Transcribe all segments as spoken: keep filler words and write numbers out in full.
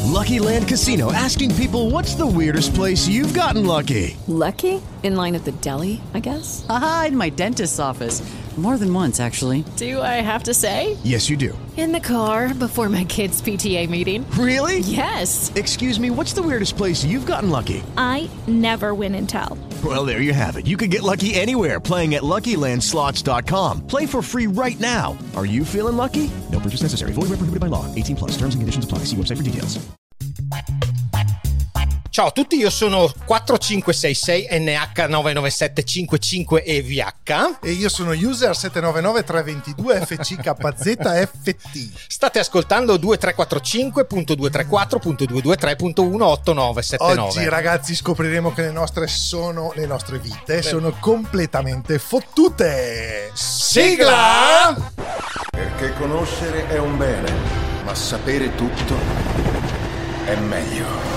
Lucky Land Casino, asking people, what's the weirdest place you've gotten lucky? Lucky? In line at the deli, I guess? Aha, in my dentist's office. More than once, actually. Do I have to say? Yes, you do. In the car before my kids' P T A meeting. Really? Yes. Excuse me, what's the weirdest place you've gotten lucky? I never win and tell. Well, there you have it. You can get lucky anywhere, playing at Lucky Land Slots dot com. Play for free right now. Are you feeling lucky? No purchase necessary. Void where prohibited by law. eighteen plus. Terms and conditions apply. See website for details. Ciao a tutti, io sono quattro cinque sei sei N H nove nove sette cinque cinque E V H e io sono user sette nove nove tre due due F C K Z F T. State ascoltando due tre quattro cinque punto due tre quattro punto due due tre punto uno otto nove sette nove. Oggi ragazzi scopriremo che le nostre sono le nostre vite Beh. sono completamente fottute. Sigla! Perché conoscere è un bene, ma sapere tutto è meglio.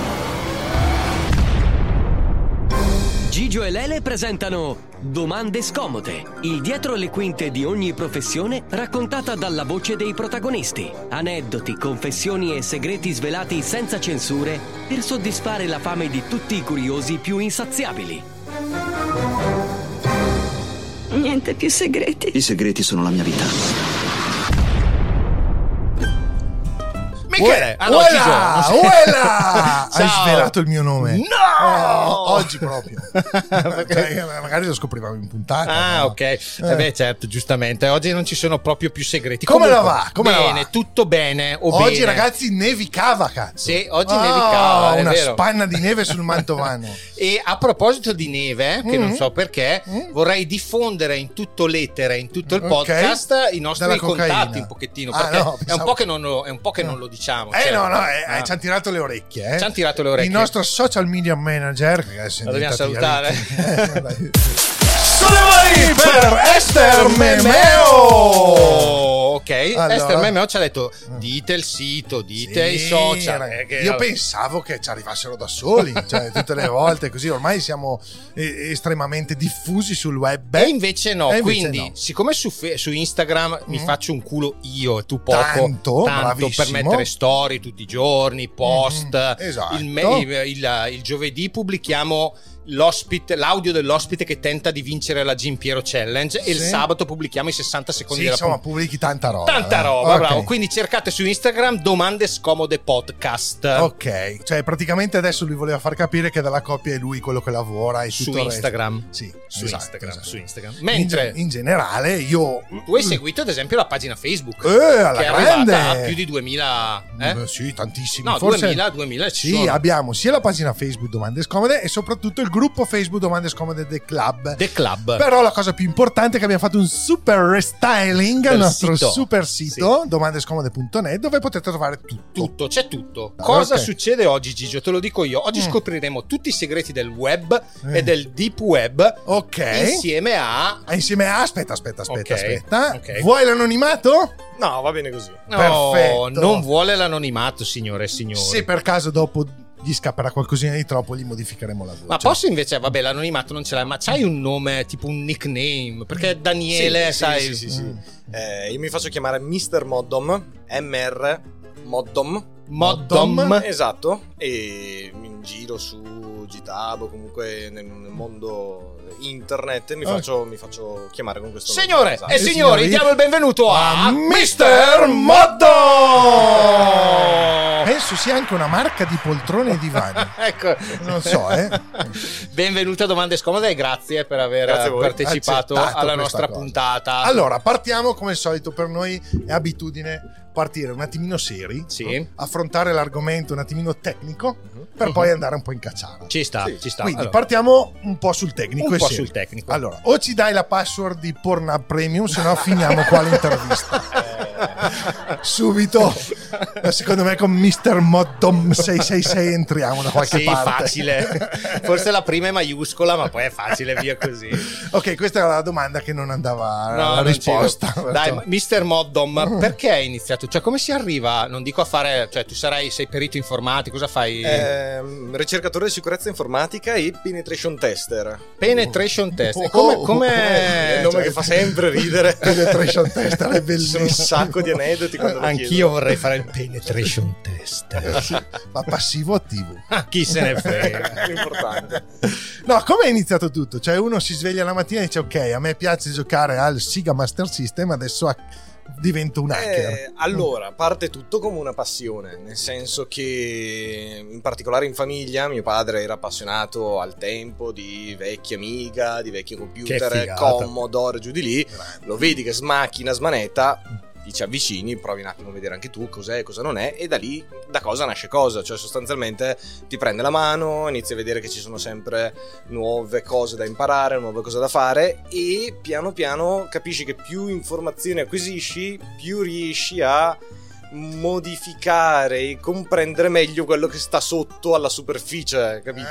Gigio e Lele presentano Domande scomode, il dietro le quinte di ogni professione raccontata dalla voce dei protagonisti. Aneddoti, confessioni e segreti svelati senza censure per soddisfare la fame di tutti i curiosi più insaziabili. Niente più segreti. I segreti sono la mia vita. Michele, ah no, Uela, Gigio, uela! Hai svelato il mio nome. No! Eh, oggi proprio. Cioè, magari lo scoprivamo in puntata. Ah, no? ok. Eh. Eh beh, certo, giustamente. Oggi non ci sono proprio più segreti. Come Comunque, la va? Come bene, la va? tutto bene. O oggi, bene. ragazzi, nevicava, cazzo. Sì, oggi oh, nevicava. È una vero. spanna di neve sul Mantovano. E a proposito di neve, che mm-hmm. non so perché, mm-hmm. vorrei diffondere in tutto l'etere, in tutto il okay. podcast, i nostri Della contatti cocaina. un pochettino. Ah, perché no, è, pensavo... un po che non lo, è un po' che non lo diciamo. Eh, cioè, no, no, eh, ah. ci hanno tirato le orecchie. Eh. Ci hanno tirato le orecchie. Il nostro social media manager, che lo dobbiamo salutare. Sollevai per Esther Memeo. Ok, allora. Esther Memeo ci ha detto dite il sito, dite sì, i social. Eh, che io pensavo che ci arrivassero da soli, cioè tutte le volte così, ormai siamo eh, estremamente diffusi sul web. E invece no, e invece quindi no. siccome su, su Instagram mm. mi faccio un culo io e tu poco, tanto, tanto per mettere story tutti i giorni, post, mm, esatto. il, il, il, il giovedì pubblichiamo l'ospite, l'audio dell'ospite che tenta di vincere la Gimpiero Challenge sì. e il sabato pubblichiamo i sessanta secondi sì, della insomma puntata. pubblichi tanta roba tanta eh. roba okay. bravo, quindi cercate su Instagram Domande Scomode Podcast. Ok, cioè praticamente adesso lui voleva far capire che dalla coppia è lui quello che lavora e tutto su Instagram sì, su, esatto, Instagram, esatto. su Instagram mentre in, in generale io tu hai seguito ad esempio la pagina Facebook eh, alla che è grande. arrivata a più di duemila eh? Beh, sì, tantissimi no, forse duemila, duemila ci sì, sono. Abbiamo sia la pagina Facebook Domande Scomode e soprattutto il gruppo Facebook Domande Scomode The Club. The Club. Però la cosa più importante è che abbiamo fatto un super restyling al nostro sito. super sito sì. domandescomode punto net dove potete trovare tutto. Tutto, c'è tutto. Allora, cosa okay. succede oggi, Gigio? Te lo dico io. Oggi mm. scopriremo tutti i segreti del web eh. e del deep web. Ok. Insieme a Insieme a aspetta, aspetta, aspetta, okay. aspetta. Okay. Vuoi l'anonimato? No, va bene così. No, perfetto. Non vuole l'anonimato, signore e signori. Se per caso dopo gli scapperà qualcosina di troppo, gli modificheremo la voce. Ma posso invece, vabbè, l'anonimato non ce l'hai, ma c'hai un nome, tipo un nickname? Perché Daniele, sì, sai. Sì, sì, sì, sì. Mm. Eh, io mi faccio chiamare mister Moddom, M R Moddom. Moddom. Esatto. E in giro su Github o comunque nel mondo internet mi faccio, oh. mi faccio chiamare con questo signore nome. Esatto. e signori, signori, diamo il benvenuto a, a mister Moddom. Penso sia anche una marca di poltrone e divani. Ecco, non so, eh. Benvenuto a Domande Scomode e grazie per aver grazie partecipato alla nostra cosa. puntata. Allora, partiamo come al solito, per noi è abitudine partire un attimino seri, sì. affrontare l'argomento un attimino tecnico, uh-huh. per uh-huh. poi andare un po' in cacciara. Ci sta, sì. ci sta. Quindi allora. partiamo un po' sul tecnico. Un e po' seri. sul tecnico. Allora, o ci dai la password di Pornhub Premium, se no finiamo qua l'intervista. Subito, secondo me con mister Moddom sei sei sei entriamo da qualche sì, parte. Facile. Forse la prima è maiuscola, ma poi è facile, via così. Ok, questa era la domanda che non andava no, la risposta. Dai, mister Moddom, perché hai iniziato? Cioè, come si arriva? Non dico a fare, cioè, tu sarai, sei perito informatico, cosa fai? Eh, ricercatore di sicurezza informatica e penetration tester. Penetration tester. Oh, come, oh, come... È il nome cioè, che fa sempre ridere. Penetration tester è bellissimo. Un sacco sacco di aneddoti quando lo Anch'io chiedono. vorrei fare il penetration test. Ma passivo o attivo? Ah, chi se ne frega. È importante. No, come è iniziato tutto? Cioè uno si sveglia la mattina e dice ok, a me piace giocare al Sega Master System, adesso ha- divento un hacker. Eh, allora, parte tutto come una passione, nel senso che in particolare in famiglia mio padre era appassionato al tempo di vecchia Amiga, di vecchi Che computer, figata. Commodore, giù di lì. Lo vedi che smacchina, smanetta, ti ci avvicini, provi un attimo a vedere anche tu cos'è, cosa non è, e da lì da cosa nasce cosa, cioè sostanzialmente ti prende la mano, inizi a vedere che ci sono sempre nuove cose da imparare, nuove cose da fare, e piano piano capisci che più informazioni acquisisci, più riesci a modificare e comprendere meglio quello che sta sotto alla superficie, capito?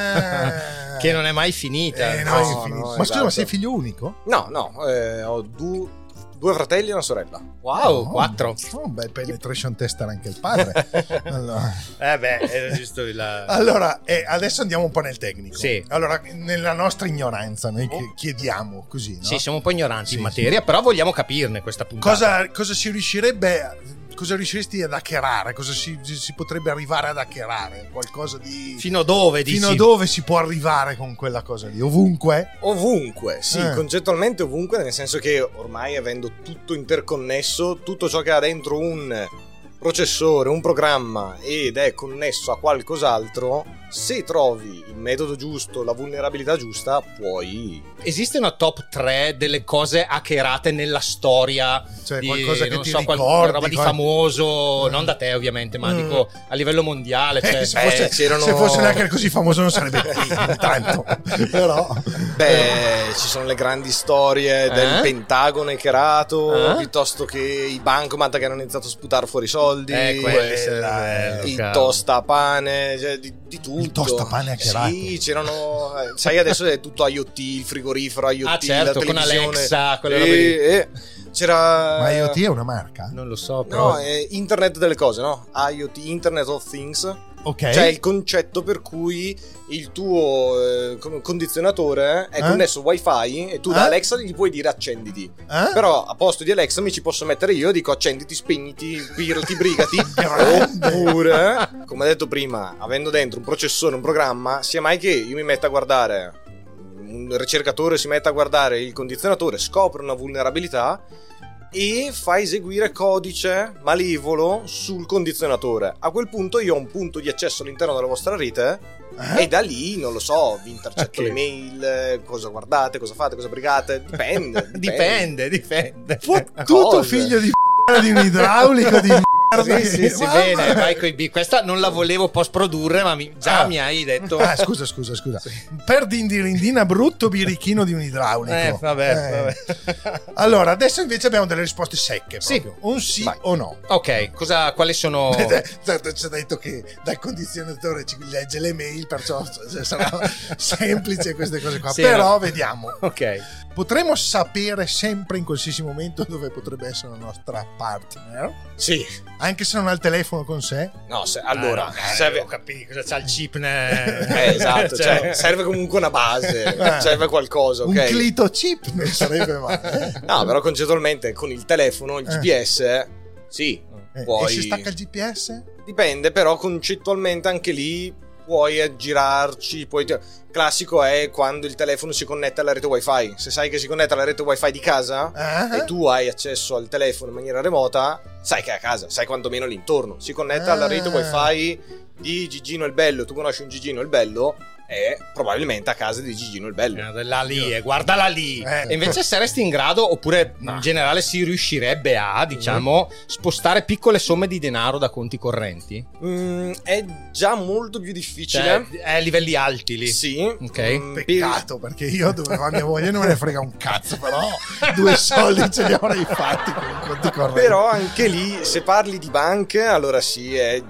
Ah. Che non è mai finita. Eh, no, no, è no, finito. no, Ma scusa, ma esatto. sei figlio unico? No, no, eh, ho du- due fratelli e una sorella. Wow, No, quattro. oh, un bel penetration tester anche il padre. Allora, Eh beh, era giusto il... allora eh, adesso andiamo un po' nel tecnico. Sì. Allora, nella nostra ignoranza, noi che chiediamo così, no? Sì, siamo un po' ignoranti Sì, in sì. materia, però vogliamo capirne questa puntata. Cosa, cosa si riuscirebbe, cosa riusciresti ad hackerare? Cosa si, si potrebbe arrivare ad hackerare? Qualcosa di... Fino a dove, dici? Fino a dove si può arrivare con quella cosa lì? Ovunque? Ovunque, sì, Eh. concettualmente ovunque, nel senso che ormai avendo tutto interconnesso, tutto ciò che ha dentro un processore, un programma ed è connesso a qualcos'altro, se trovi il metodo giusto, la vulnerabilità giusta, puoi... Esiste una top tre delle cose hackerate nella storia? Cioè, di, qualcosa che non ti so, qual- ricordi, roba di qual- famoso, Eh. non da te ovviamente, ma Mm. dico a livello mondiale. Cioè, Eh, se, fosse, eh, c'erano- se fosse un hacker così famoso non sarebbe qui intanto. Però Beh, ci sono le grandi storie del Eh? Pentagono hackerato, Eh? piuttosto che i bancomat che hanno iniziato a sputare fuori i soldi, Eh, quelle sarebbe quella è- bello, i cavolo. tostapane, cioè di, di tutto. Il tostapane hackerato. Sì, c'erano. eh, sai, adesso è tutto IoT, il frigorifero IoT, Ah, certo, la con televisione. Alexa, quelle Eh, robe lì. eh, c'era. ma IoT è una marca? Non lo so, però... No, è Internet delle cose, no? IoT, Internet of Things. Ok. Cioè il concetto per cui il tuo eh, com- condizionatore è Eh? connesso wifi e tu da Eh? Alexa gli puoi dire accenditi. Eh? Però a posto di Alexa mi ci posso mettere io, dico accenditi, spegniti, pirati, brigati. Grande. Oppure, come detto prima, avendo dentro un processore, un programma, sia mai che io mi metta a guardare, un ricercatore si metta a guardare il condizionatore, scopre una vulnerabilità e fa eseguire codice malevolo sul condizionatore. A quel punto io ho un punto di accesso all'interno della vostra rete Eh? e da lì, non lo so, vi intercetto Ok. le mail, eh, cosa guardate, cosa fate, cosa brigate, dipende. Dipende, dipende. Tutto Cosa? figlio di f***a di un idraulico di merda. Sì, che- sì, sì, Mamma- bene, vai coi B. Questa non la volevo post produrre, ma mi- già Ah. mi hai detto. Ah, scusa, scusa, scusa. Per dindirindina brutto birichino di un idraulico. Eh, vabbè, Eh. vabbè. Allora, adesso invece abbiamo delle risposte secche Sì. proprio. Un sì Vai. o no. Ok, cosa, quali sono. Certo, ci ha detto che dal condizionatore ci legge le mail, perciò sarà semplice queste cose qua. Sì, Però no. vediamo. Ok. Potremmo sapere sempre in qualsiasi momento dove potrebbe essere la nostra partner, Sì, anche se non ha il telefono con sé. no, se, allora, Ah, no, eh, serve, ho capito cosa c'ha il chip. Ne... Eh, esatto, Cioè, cioè, serve comunque una base, Eh. serve qualcosa, ok? Un clito chip non sarebbe male. No, però concettualmente con il telefono, il Eh. G P S, sì, Eh, puoi... E se stacca il G P S? Dipende, però concettualmente anche lì puoi aggirarci, puoi... Classico è quando il telefono si connette alla rete wifi. Se sai che si connette alla rete wifi di casa Ah. e tu hai accesso al telefono in maniera remota, sai che è a casa, sai quantomeno l'intorno. Si connetta alla rete Ah. wifi di Gigino il Bello, tu conosci un Gigino il Bello, è probabilmente a casa di Gigino il Bello. Eh, là lì, eh, guardala lì. Eh. E invece saresti in grado, oppure in generale si riuscirebbe a, diciamo, spostare piccole somme di denaro da conti correnti? Mm, è già molto più difficile. Cioè, è a livelli alti lì. Sì, Ok. mm, Peccato, perché io dove va mia moglie non me ne frega un cazzo, però due soldi ce li avrei fatti con i conti correnti. Però anche lì, se parli di banche, allora sì, è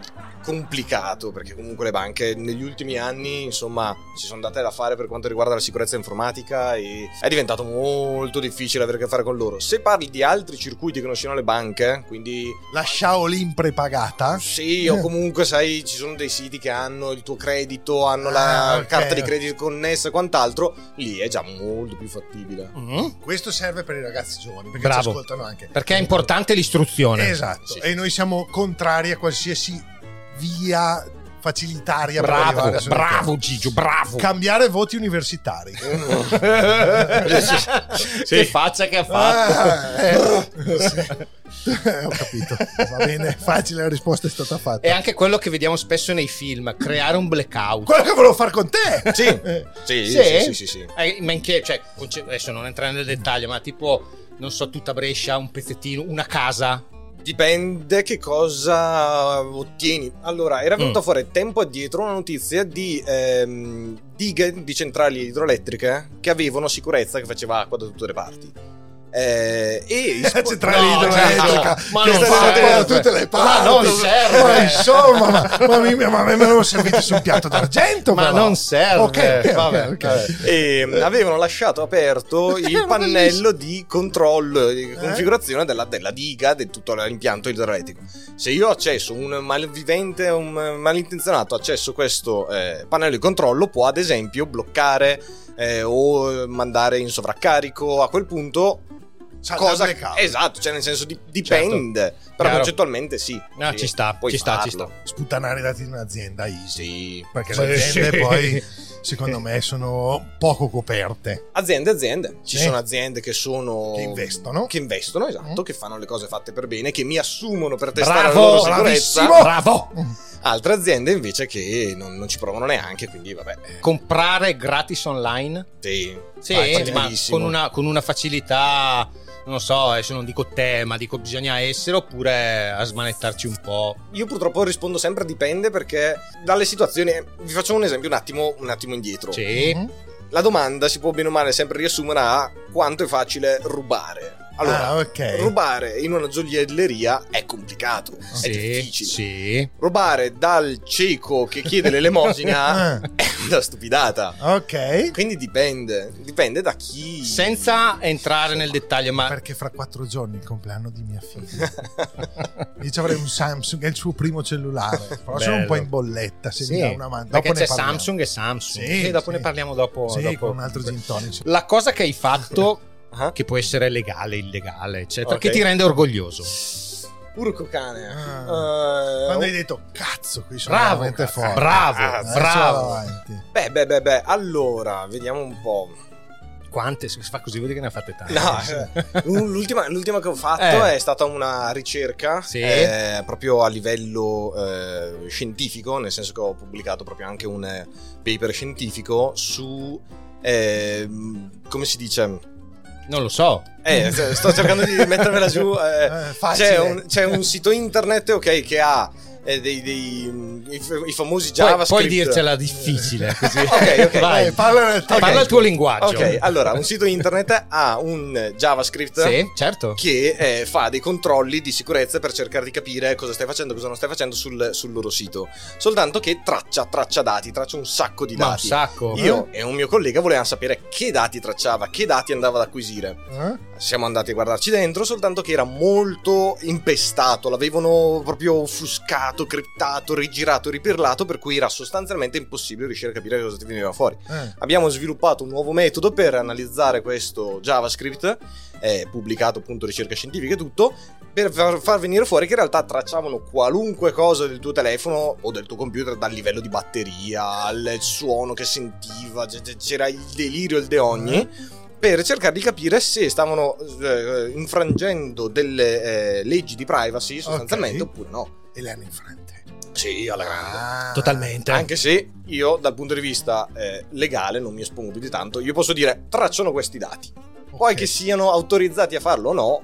complicato, perché comunque le banche negli ultimi anni insomma si sono date da fare per quanto riguarda la sicurezza informatica e è diventato molto difficile avere a che fare con loro. Se parli di altri circuiti che non siano le banche, quindi la Shaolin prepagata, sì, o comunque sai ci sono dei siti che hanno il tuo credito, hanno la ah, okay. carta di credito connessa e quant'altro, lì è già molto più fattibile. Mm-hmm. Questo serve per i ragazzi giovani perché Bravo. ci ascoltano anche, perché è importante l'istruzione. Esatto, sì. E noi siamo contrari a qualsiasi via facilitaria. Bravo, per bravo Gigio, bravo. Cambiare voti universitari. Sì. Che faccia che ha fatto. Ah, eh, sì. Ho capito, va bene, facile, la risposta è stata fatta. È anche quello che vediamo spesso nei film, creare un blackout. Quello che volevo fare con te. Sì, eh. sì, sì, sì, sì, sì, sì. Eh, ma in che, cioè, adesso non entrare nel dettaglio, ma tipo, non so, tutta Brescia, un pezzettino, una casa. Dipende che cosa ottieni. Allora, era venuta Mm. fuori tempo addietro una notizia di ehm, dighe di centrali idroelettriche che avevano sicurezza, che faceva acqua da tutte le parti. Eh, e La centrale No, idroelettrica, ma che non sta serve. da tutte le parti. Ma non serve. Ma insomma, ma, ma, mi, ma me lo servite su un piatto d'argento. Ma però. non serve. Ok, ok, Vabbè, ok, ok. vabbè. E avevano lasciato aperto il pannello di controllo di configurazione della, della diga, di tutto l'impianto idroelettrico. Se io accesso un malvivente, un malintenzionato accesso questo eh, pannello di controllo, può ad esempio bloccare eh, o mandare in sovraccarico. A quel punto cosa esatto, cioè nel senso di, dipende, certo. però Chiaro. concettualmente sì, No, sì, ci sta, puoi ci sta, farlo. ci sta. Sputtanare i dati di un'azienda easy. Sì. Perché Sì, le aziende sì. poi secondo me sono poco coperte. Aziende, aziende. Ci Sì. sono aziende che sono Che investono. Che investono, esatto, Mm. che fanno le cose fatte per bene, che mi assumono per testare Bravo, la loro sicurezza. bravissimo. Bravo. Altre aziende invece che non, non ci provano neanche, quindi vabbè. Comprare gratis online? Sì, Sì, Ah, è ma facilissimo. con una, con una facilità, non so, adesso non dico te, ma dico bisogna essere, oppure a smanettarci un po'. Io purtroppo rispondo sempre dipende, perché dalle situazioni, vi faccio un esempio un attimo, un attimo indietro. Sì. Mhm. La domanda si può bene o male sempre riassumere a quanto è facile rubare. Allora, Ah, ok. rubare in una gioielleria è complicato, è Sì, difficile. sì. Rubare dal cieco che chiede l'elemosina è una stupidata. Ok. Quindi dipende, dipende da chi. Senza entrare nel dettaglio, ma Perché fra quattro giorni è il compleanno di mia figlia. Io ci avrei un Samsung, è il suo primo cellulare. Però sono un Bello. po' in bolletta. Se sì, mi dà una mano. perché Dopo ne c'è parliamo. Samsung e Samsung. Sì, Sì, dopo sì. ne parliamo dopo. Sì, dopo. con un altro gin tonic. La cosa che hai fatto, Ah. che può essere legale, illegale, eccetera, Ok. che ti rende orgoglioso. Urco cane. Ah. Eh, Quando hai detto cazzo, qui sono Bravo, veramente cazzo, forte. bravo, Adesso bravo. vado avanti. Beh, beh, beh, beh. Allora, vediamo un po'. Quante? Se si fa così, vedi che ne ha fatte tante. No, eh, l'ultima, l'ultima che ho fatto Eh. è stata una ricerca Sì. eh, proprio a livello eh, scientifico, nel senso che ho pubblicato proprio anche un eh, paper scientifico su eh, come si dice. Non lo so. Eh, sto cercando di mettermela giù. eh, Eh, facile. c'è, un, c'è un sito internet, ok, che ha eh, dei, dei mm, i, f- i famosi Puoi, JavaScript. puoi dircela difficile così. Ok, ok. Vai. Eh, parla nel tuo- Parla il tuo linguaggio. Ok, allora, un sito internet ha un JavaScript Sì, certo. che eh, fa dei controlli di sicurezza per cercare di capire cosa stai facendo, cosa non stai facendo sul, sul loro sito. Soltanto che traccia, traccia dati, traccia un sacco di Ma un dati. sacco. Io e un mio collega volevamo sapere che dati tracciava, che dati andava ad acquisire. Eh? Siamo andati a guardarci dentro, soltanto che era molto impestato, l'avevano proprio offuscato, criptato, rigirato, ripirlato, per cui era sostanzialmente impossibile riuscire a capire cosa ti veniva fuori. Eh. Abbiamo sviluppato un nuovo metodo per analizzare questo JavaScript, eh, pubblicato appunto ricerca scientifica e tutto, per far, far venire fuori che in realtà tracciavano qualunque cosa del tuo telefono o del tuo computer, dal livello di batteria al suono che sentiva, c- c- c'era il delirio, il de ogni, per cercare di capire se stavano eh, infrangendo delle eh, leggi di privacy sostanzialmente, Ok. oppure no. E le hanno infrante. Sì, alla grande. Ah. Totalmente. Anche se io dal punto di vista eh, legale non mi espongo più di tanto, io posso dire tracciano questi dati. Poi Ok. che siano autorizzati a farlo o no,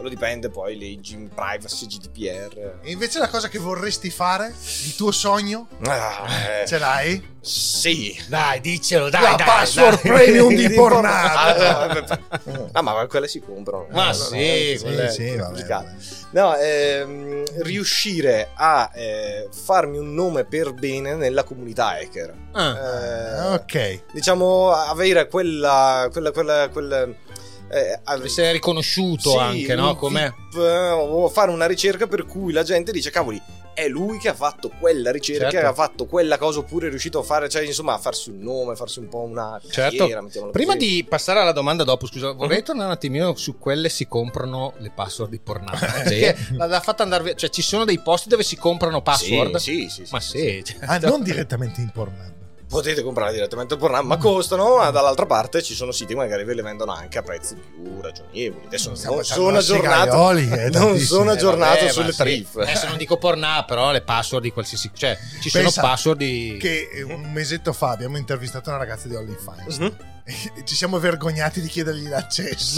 quello dipende, poi leggi in privacy, G D P R. E invece la cosa che vorresti fare, il tuo sogno, ah, eh. ce l'hai? Sì, dai, dicelo, dai, la dai, password dai. premium di Pornhub. Ah, ma quelle si comprano. Ma no, sì, no, sì, sì, vabbè, vabbè. No, ehm, riuscire a eh, farmi un nome per bene nella comunità hacker. Ah, eh, ok. Diciamo, avere quella quella quella, quella eh, essere riconosciuto, sì, anche, no? Come V I P, o fare una ricerca per cui la gente dice cavoli, è lui che ha fatto quella ricerca, certo. ha fatto quella cosa, oppure è riuscito a fare, cioè insomma a farsi un nome, farsi un po' una certo. carriera, Prima così. di passare alla domanda dopo, scusa, vorrei uh-huh. tornare un attimino su quelle si comprano le password di Pornhub. Perché l'ha fatta andare via, cioè ci sono dei posti dove si comprano password. Sì, sì, sì, ma sì, sì, sì. Certo. Ah, non direttamente in Pornhub. Potete comprare direttamente il Pornhub, ma costano, ma dall'altra parte ci sono siti che magari ve le vendono anche a prezzi più ragionevoli. Adesso non sono, sono aggiornato, Gaioli, eh, non sono aggiornato eh, vabbè, sulle sì. tariffe. Adesso non dico Pornhub, però le password di qualsiasi, cioè ci Pensa sono password di che un mesetto fa abbiamo intervistato una ragazza di OnlyFans. Uh-huh. E ci siamo vergognati di chiedergli l'accesso.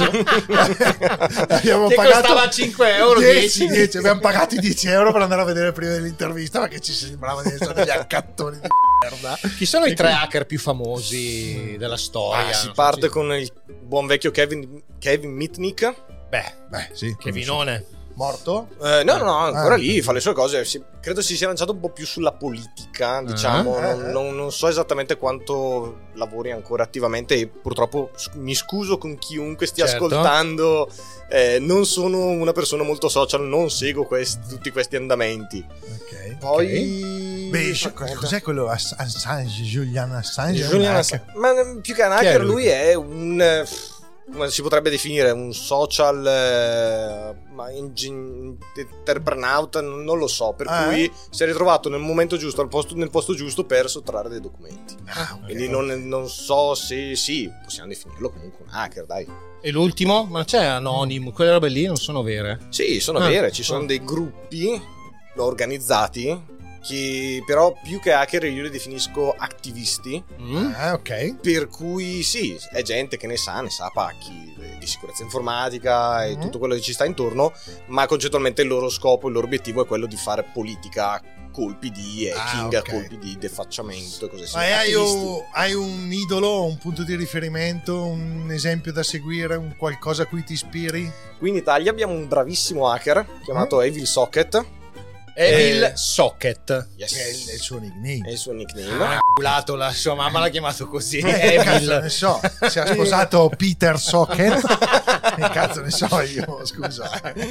Abbiamo che pagato costava cinque euro, dieci, dieci. Abbiamo pagato i dieci euro per andare a vedere prima dell'intervista, perché ci sembrava di essere degli accattoni di merda. Chi sono i tre hacker più famosi della storia? Ah, si Non parte so, con il buon vecchio Kevin, Kevin Mitnick. Beh, Beh, sì. che vinone. Morto? Eh, no, no, no, ancora Ah. lì, fa le sue cose. Si- credo si sia lanciato un po' più sulla politica, diciamo. Ah. Non, non- non so esattamente quanto lavori ancora attivamente e purtroppo s- mi scuso con chiunque stia Certo. ascoltando. Eh, non sono una persona molto social, non seguo questi- tutti questi andamenti. Ok. Poi... Beh, sh- cos'è quello? Ass- Assange, Julian Assange? è un Julian hacker. Assange. Ma eh, più che un Chi è hacker, lui? lui è un... eh, come si potrebbe definire? Un social eh, ma ingin- entrepreneur, non lo so. Per Ah, cui eh? si è ritrovato nel momento giusto, al posto, nel posto giusto per sottrarre dei documenti. Ah, ok. Quindi non, non so se sì, possiamo definirlo comunque un hacker, dai. E l'ultimo? Ma non c'è Anonymous, quelle robe lì non sono vere. Sì, sono Ah. vere, ci sono Ah. dei gruppi organizzati che però più che hacker io li definisco attivisti. Mm? Ah, ok. Per cui sì, è gente che ne sa, ne sa pacchi di sicurezza informatica e Mm. tutto quello che ci sta intorno, ma concettualmente il loro scopo, il loro obiettivo è quello di fare politica a colpi di hacking, Ah, ok. a colpi di defacciamento e cose Ma simili. hai Attivisti. un, hai un idolo, un punto di riferimento, un esempio da seguire, un qualcosa a cui ti ispiri? Qui in Italia abbiamo un bravissimo hacker chiamato Evil Socket. Evil Eh, Socket. Yes. Che è il, è il suo nickname. È il suo nickname. Ha culato la sua mamma, l'ha chiamato così. Che cazzo ne Evil. so, si è sposato Peter Socket. Che cazzo ne so io, scusa.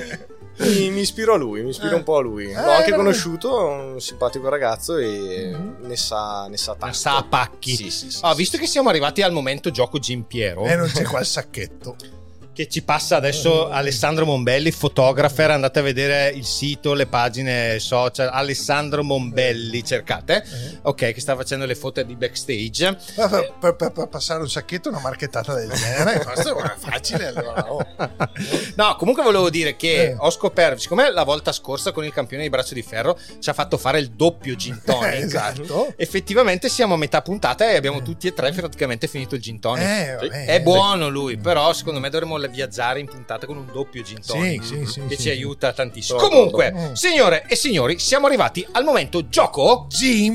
Mi, mi ispiro a lui, mi ispiro Eh. un po' a lui. Eh, L'ho anche no. conosciuto, è un simpatico ragazzo e Mhm. ne sa, ne sa tanto. Ma sa a pacchi. Sì, sì, sì, Ah, sì, visto sì. che siamo arrivati al momento gioco Gimpiero, E non c'è qua il sacchetto. che ci passa adesso Alessandro Mombelli, fotografer. Andate a vedere il sito, le pagine social. Alessandro Mombelli, cercate. Ok, che sta facendo le foto di backstage. Per, per- per- per passare un sacchetto, una marchettata del genere, questo è facile. Allora, oh. No, comunque volevo dire che Eh. ho scoperto, siccome la volta scorsa con il campione di braccio di ferro ci ha fatto fare il doppio gin tonic, Eh, esatto. effettivamente siamo a metà puntata e abbiamo tutti e tre praticamente finito il gin tonic. Eh, vabbè. È buono lui, però secondo me dovremmo viaggiare in puntata con un doppio gin tonic, Sì, sì, sì, che sì. ci aiuta tantissimo. Sono Comunque, d'accordo. Mm. signore e signori, siamo arrivati al momento gioco.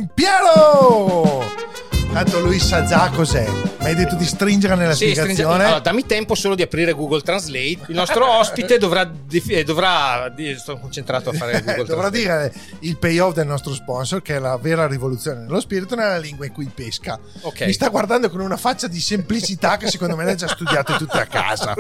Gimpiero! Tanto lui sa già cos'è. Mi hai detto di stringere nella Sì, spiegazione. stringe- allora, dammi tempo solo di aprire Google Translate. Il nostro ospite dovrà, defi- eh, dovrà di- sto concentrato a fare Google Dovrà Translate. dire il payoff del nostro sponsor, che è la vera rivoluzione nello spirito nella lingua in cui pesca. Ok. Mi sta guardando con una faccia di semplicità che secondo me le ha già studiate tutte a casa.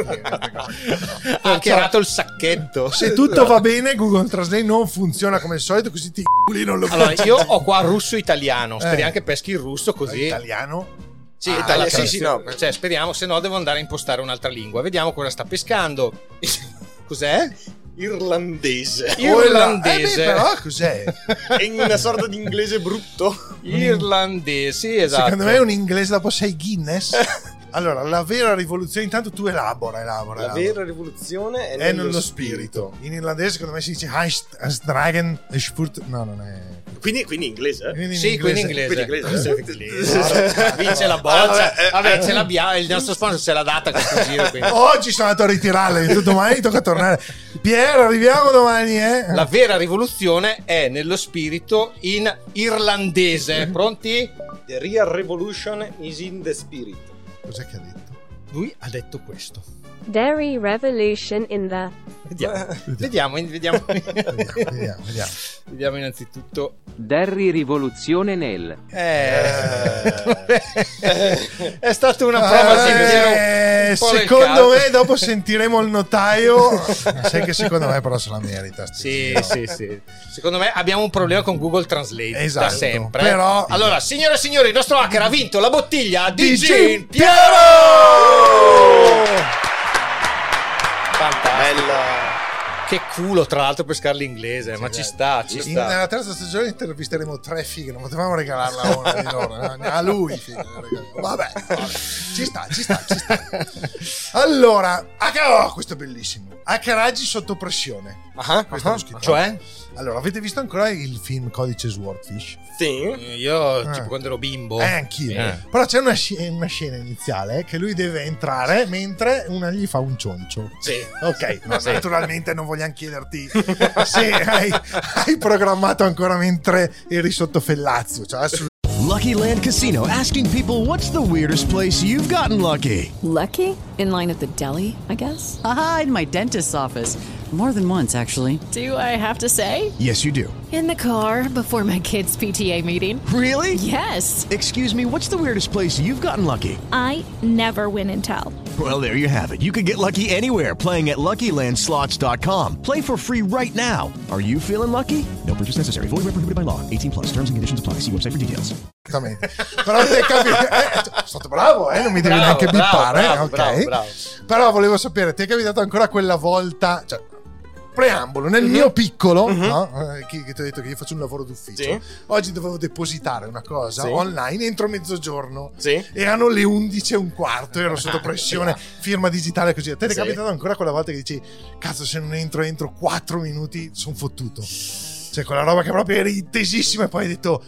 Ha tirato il sacchetto. Se tutto va bene, Google Translate non funziona come al solito, così ti culi non lo Allora, capisci. io ho qua russo-italiano. Speriamo Eh. che peschi il russo così. Italiano? Sì, Ah, Italia- sì, sì, no. Cioè, speriamo, se no devo andare a impostare un'altra lingua. Vediamo cosa sta pescando. Cos'è? Irlandese. Irlandese. Eh beh, però cos'è? È in una sorta di inglese brutto. Irlandese, sì, esatto. Secondo me è un inglese dopo sei Guinness. Allora, la vera rivoluzione, intanto tu elabora, elabora. La elabora. vera rivoluzione è, È nello nello spirito. In irlandese secondo me si dice Heist as Dragon Spurt. No, non è. Quindi, quindi inglese? Quindi in Sì, quindi inglese. inglese. Quindi inglese. Vince la boccia. Vabbè, ce l'abbiamo. Il nostro sponsor se l'ha data questo giro. Quindi. Oggi sono andato a ritirarla, detto, domani tocca tornare. Piero, arriviamo domani, eh? La vera rivoluzione è nello spirito in irlandese. Pronti? The real revolution is in the spirit. Cos'è che ha detto? Lui ha detto questo. Dairy revolution in the... Vediamo, vediamo, vediamo. Vediamo, vediamo, vediamo. Vediamo innanzitutto. Derry rivoluzione nel. Eh. È stata una prova Eh, secondo me dopo sentiremo il notaio. Sai che secondo me però se la merita. Sì, sì, sì. Secondo me abbiamo un problema con Google Translate. Esatto, da sempre. però- Allora, signore e signori, il nostro hacker ha vinto la bottiglia di Di Gin Gin Piero. Bella. Che culo, tra l'altro, pescare l'inglese, ma ci sta, ci In- sta. nella terza stagione intervisteremo tre fighe, non potevamo regalarla a una di loro, no? A lui fighe, vabbè, vabbè, ci sta, ci sta, ci sta. Allora, oh, questo è bellissimo. Hackeraggi sotto pressione. Ah, Questo ah, l'ho scritto. cioè? Allora, avete visto ancora il film Codice Swordfish? Sì. Io, Ah. tipo, quando ero bimbo. Eh, anch'io. Eh. Però c'è una, sci- una scena iniziale eh, che lui deve entrare mentre una gli fa un cioncio. Sì. Ok, no, Sì. naturalmente non vogliamo chiederti se hai, hai programmato ancora mentre eri sotto Fellazio. Cioè, assolutamente. Lucky Land Casino, asking people, what's the weirdest place you've gotten lucky? Lucky? In line at the deli, I guess? Aha, in my dentist's office. More than once, actually. Do I have to say? Yes, you do. In the car before my kids' P T A meeting. Really? Yes. Excuse me, what's the weirdest place you've gotten lucky? I never win and tell. Well, there you have it. You can get lucky anywhere, playing at Lucky Land Slots dot com. Play for free right now. Are you feeling lucky? No purchase necessary. Void where prohibited by law. eighteen plus. Terms and conditions apply. See website for details. Esattamente. Però te capi- eh, sono stato bravo, eh? Non mi devi Bravo, neanche bravo, bippare. bravo, ok. bravo, bravo. Però volevo sapere, ti è capitato ancora quella volta? Cioè, preambolo, nel Mhm. mio piccolo, Mhm. no? Eh, che, che ti ho detto che io faccio un lavoro d'ufficio. Sì. Oggi dovevo depositare una cosa Sì. online entro mezzogiorno. Sì. Erano le undici e un quarto, ero sotto pressione, firma digitale così. A te ti è Sì. capitato ancora quella volta che dici, cazzo, se non entro entro quattro minuti sono fottuto. Cioè, quella roba che proprio eri tesissima e poi hai detto,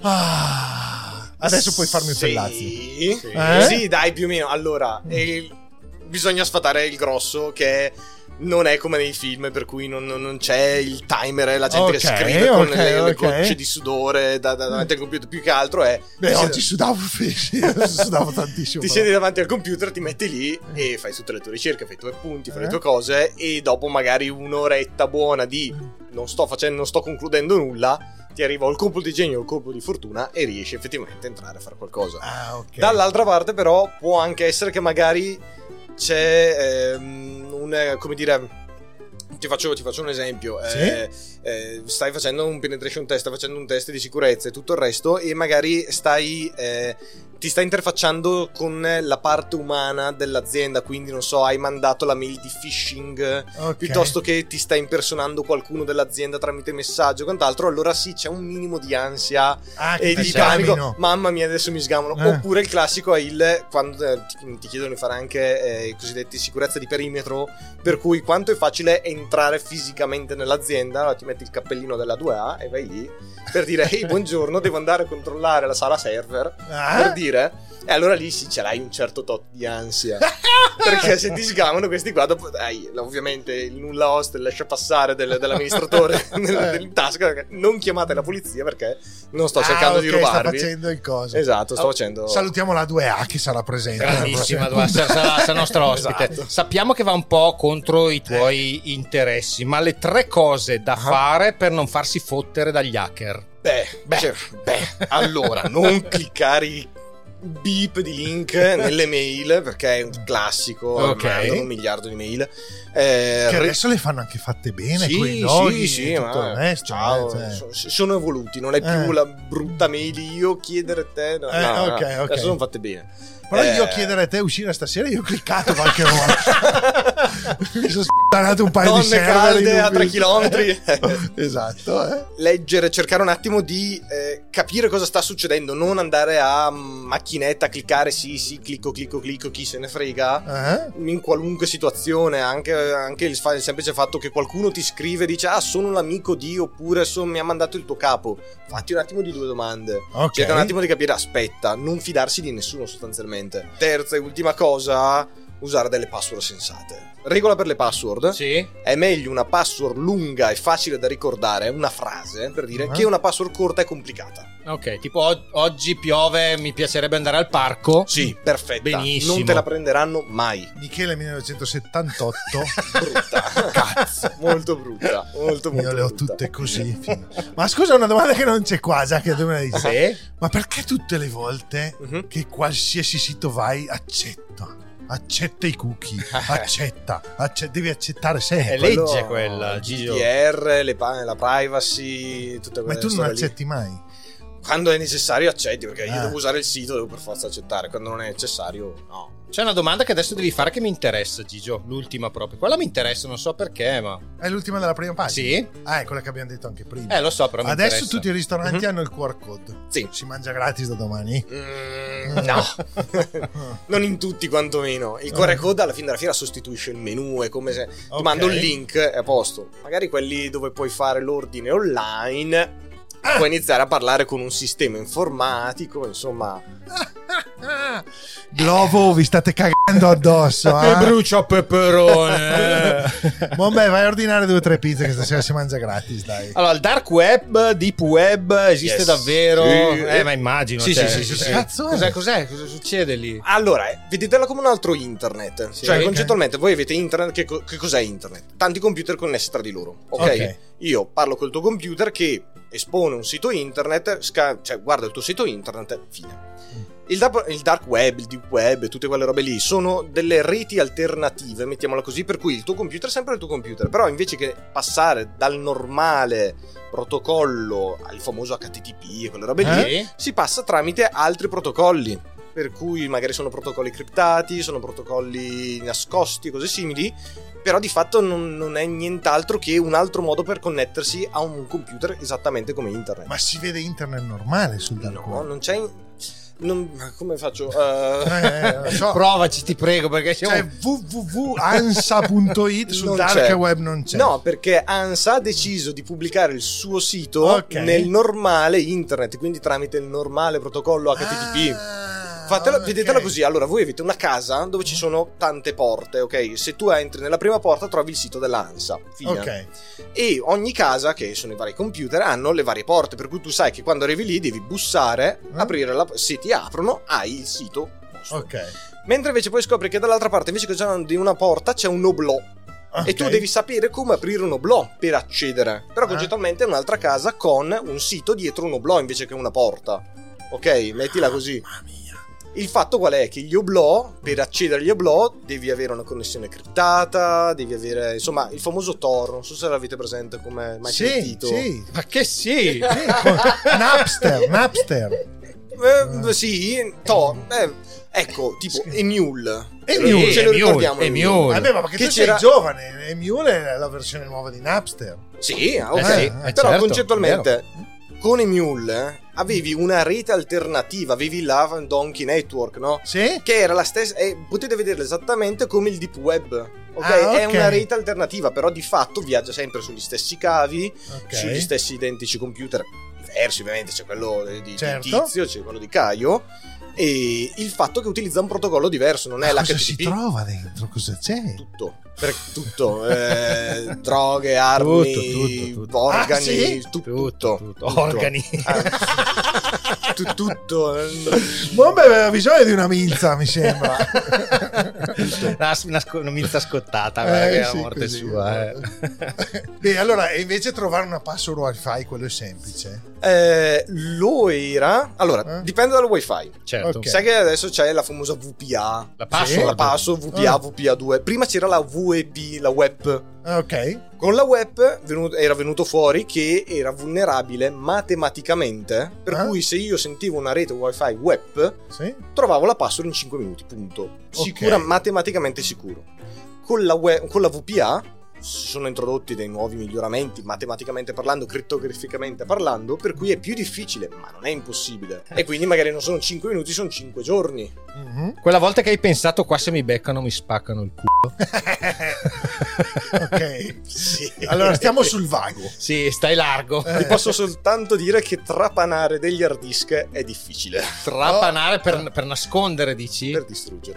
ah, adesso puoi farmi un Sì. Fellazio. Sì. Eh? Sì, dai, più o meno. Allora, il- bisogna sfatare il grosso che non è come nei film, per cui non, non- non c'è il timer, la gente Ok, che scrive con ok, le, le ok. gocce di sudore da- da- davanti al computer. Più che altro è Beh, ti oggi siedi- sudavo, sì, sudavo tantissimo. ti però. siedi davanti al computer, ti metti lì e fai tutte le tue ricerche, fai i tuoi punti, fai le Eh. tue cose e dopo magari un'oretta buona di non sto facendo, non sto concludendo nulla, ti arriva o il colpo di genio o il colpo di fortuna e riesci effettivamente a entrare a fare qualcosa. Ah, ok. Dall'altra parte però può anche essere che magari c'è ehm, un, come dire, ti faccio, ti faccio un esempio. Sì? Eh, eh, stai facendo un penetration test, stai facendo un test di sicurezza e tutto il resto e magari stai eh, ti stai interfacciando con la parte umana dell'azienda, quindi non so, hai mandato la mail di phishing Ok. piuttosto che ti sta impersonando qualcuno dell'azienda tramite messaggio o quant'altro, allora sì, c'è un minimo di ansia Ah, che e ti di panico. sgamino. Mamma mia, adesso mi sgamano. Eh. Oppure il classico è il quando eh, ti, ti chiedono di fare anche eh, i cosiddetti sicurezza di perimetro, per cui quanto è facile entrare fisicamente nell'azienda. Allora ti metti il cappellino della due A e vai lì per dire ehi buongiorno, devo andare a controllare la sala server, Ah? per dire, e allora lì sì ce l'hai un certo tot di ansia perché se ti sgamano questi qua dopo dai, ovviamente il nulla host, il lascia passare del- dell'amministratore nel, in tasca, non chiamate la polizia perché non sto cercando Ah, di ok, rubarvi. sta facendo il coso. Esatto, sto Oh, facendo Salutiamo la due A che sarà presente. Grandissima, Alla prossima sarà, sarà, sarà nostra ospite. Esatto. Sappiamo che va un po' contro i tuoi interessi, ma le tre cose da fare per non farsi fottere dagli hacker. Beh, beh, beh, allora, non cliccare i beep di link nelle mail perché è un classico, Ok. mandano un miliardo di mail. Eh, Che ri- adesso le fanno anche fatte bene, sì, quei loghi sì, sì, e tutto ma il resto. ciao, eh, cioè. so- sono evoluti, non è più Eh. la brutta mail io chiedere te, no, Eh, no, no, ok, ok. adesso sono fatte bene. Però io Eh, chiedere a te uscire stasera, io ho cliccato qualche volta. Mi sono sputtanato un paio Donne di server calde in a tre ufficio. chilometri. Esatto, eh. Leggere, cercare un attimo di eh, capire cosa sta succedendo, non andare a macchinetta a cliccare sì sì clicco clicco clicco chi se ne frega uh-huh. in qualunque situazione, anche, anche il, il semplice fatto che qualcuno ti scrive e dice ah sono l'amico di, oppure so, mi ha mandato il tuo capo, fatti un attimo di due domande, okay. cerca un attimo di capire, aspetta, non fidarsi di nessuno sostanzialmente. Terza e ultima cosa, usare delle password sensate. Regola per le password: sì. È meglio una password lunga e facile da ricordare, una frase per dire, uh-huh. che una password corta e complicata. Ok, tipo o- oggi piove, mi piacerebbe andare al parco. Sì, perfetta. Benissimo. Non te la prenderanno mai. Michele millenovecentosettantotto. Brutta. Cazzo. Molto brutta. Molto, molto Io le ho brutta. tutte così. Ma scusa, una domanda che non c'è qua, già che tu me la dici. Sì? Ma perché tutte le volte uh-huh. che qualsiasi sito vai accetta? Accetta i cookie, accetta, accetta, devi accettare sempre. È legge quella, Gigio. G D R, le pa- la privacy, tutte quelle Ma tu non storie accetti lì. mai? Quando è necessario accetti, perché io Ah. devo usare il sito, devo per forza accettare. Quando non è necessario, no. C'è una domanda che adesso devi fare che mi interessa, Gigio. L'ultima proprio. Quella mi interessa, non so perché, ma. È l'ultima della prima pagina? Sì. Ah, è quella che abbiamo detto anche prima. Eh, lo so, però mi Adesso interessa. tutti i ristoranti Mm-hmm. hanno il Q R code. Sì. Si mangia gratis da domani? Mm, no. Non in tutti, quantomeno. Il Q R code alla fine della fiera sostituisce il menu. È come se ti Ok. mando il link, è a posto. Magari quelli dove puoi fare l'ordine online. Ah. Puoi iniziare a parlare con un sistema informatico, insomma. Glovo, vi state cagando addosso, eh? Che brucia peperone. Vabbè, vai a ordinare due o tre pizze che stasera si mangia gratis, dai. Allora, il dark web, deep web esiste Yes. davvero? Sì. Eh, ma immagino. Sì, cioè, sì, sì, sì, sì. Cazzo è? Cos'è, cos'è? Cosa succede lì? Allora, eh, vedetela come un altro internet. Sì, cioè, ok. concettualmente, voi avete internet. Che, co- che cos'è internet? Tanti computer connessi tra di loro. Ok? Ok. Io parlo col tuo computer che espone un sito internet, sca- cioè guarda il tuo sito internet, fine. Il, da- il dark web, il deep web, tutte quelle robe lì sono delle reti alternative, mettiamola così, per cui il tuo computer è sempre il tuo computer, però invece che passare dal normale protocollo al famoso H T T P e quelle robe lì, Eh? si passa tramite altri protocolli, per cui magari sono protocolli criptati, sono protocolli nascosti, cose simili, però di fatto non, non è nient'altro che un altro modo per connettersi a un computer esattamente come internet. Ma si vede internet normale sul dark No, web? non c'è... Non, come faccio? Uh... Eh, lo so. Provaci, ti prego, perché siamo... Cioè w w w punto ansa punto it sul Non dark c'è. web non c'è. No, perché ANSA ha deciso di pubblicare il suo sito Ok. nel normale internet, quindi tramite il normale protocollo H T T P. Ah, Fatela, ok. Vedetela così. Allora, voi avete una casa dove ci sono tante porte, ok? Se tu entri nella prima porta trovi il sito dell'ANSA. Fine. Ok. E ogni casa, che sono i vari computer, hanno le varie porte, per cui tu sai che quando arrivi lì devi bussare, Eh? aprire la... se ti aprono hai il sito posto. Ok. Mentre invece poi scopri che dall'altra parte, invece che c'è di una porta, c'è un oblò. Ok. E tu devi sapere come aprire un oblò per accedere. Però Ah. concettualmente è un'altra casa con un sito dietro un oblò invece che una porta. Ok, mettila così. Mamma mia. Il fatto qual è? Che gli oblò, per accedere agli oblò, devi avere una connessione criptata, devi avere, insomma, il famoso Tor. Non so se l'avete presente, come mai Sì, sentito. sì. Ma che sì! Sì, con- Napster, Napster. Eh, sì, Tor. Eh, ecco, tipo Emule. Emule, Ce lo Emule, ricordiamo. Emule. Vabbè, ma perché Che tu c'era- sei giovane. Emule è la versione nuova di Napster. Sì, ok. Eh sì, eh, Però certo, concettualmente con Emule avevi una rete alternativa, avevi la Donkey Network, no? Sì? Che era la stessa, e potete vederla esattamente come il Deep Web. Ok? Ah, È ok. una rete alternativa, però di fatto viaggia sempre sugli stessi cavi, Ok. sugli stessi identici computer diversi, ovviamente c'è quello di, di Certo. Tizio, c'è quello di Caio. E il fatto che utilizza un protocollo diverso, non è Ma l'H cosa T si T P. trova dentro? Cosa c'è? Tutto, per tutto, eh, droghe, armi, Tutto, tutto, tutto. organi, Ah, sì? tu- tutto, Tutto, tutto. Organi. Ah, tu- tutto. Bombe aveva bisogno di una milza, mi sembra. una, una, sco- una milza scottata, Eh, guarda che è la sì, morte così. sua. Eh. Beh, allora, e invece trovare una password wifi, quello è semplice. Eh, lo era. Allora, Eh? dipende dal wifi. Certo. Ok. Sai che adesso c'è la famosa V P A. La password. La password V P A, Ah. V P A due. Prima c'era la V E P, la web. Ah, ok. Con la web venuto- era venuto fuori che era vulnerabile matematicamente, per Ah. cui se io sentivo una rete wifi web, Sì. trovavo la password in cinque minuti, punto. Sicura, Ok. matematicamente sicuro. Con la, web, con la V P A si sono introdotti dei nuovi miglioramenti matematicamente parlando, crittograficamente parlando, per cui è più difficile, ma non è impossibile. E quindi magari non sono cinque minuti, sono cinque giorni. Mm-hmm. Quella volta che hai pensato qua se mi beccano mi spaccano il culo. Ok, sì. Allora stiamo sul vago. Sì, stai largo. Ti posso soltanto dire che trapanare degli hard disk è difficile. Trapanare per, per nascondere, dici? Per distruggere.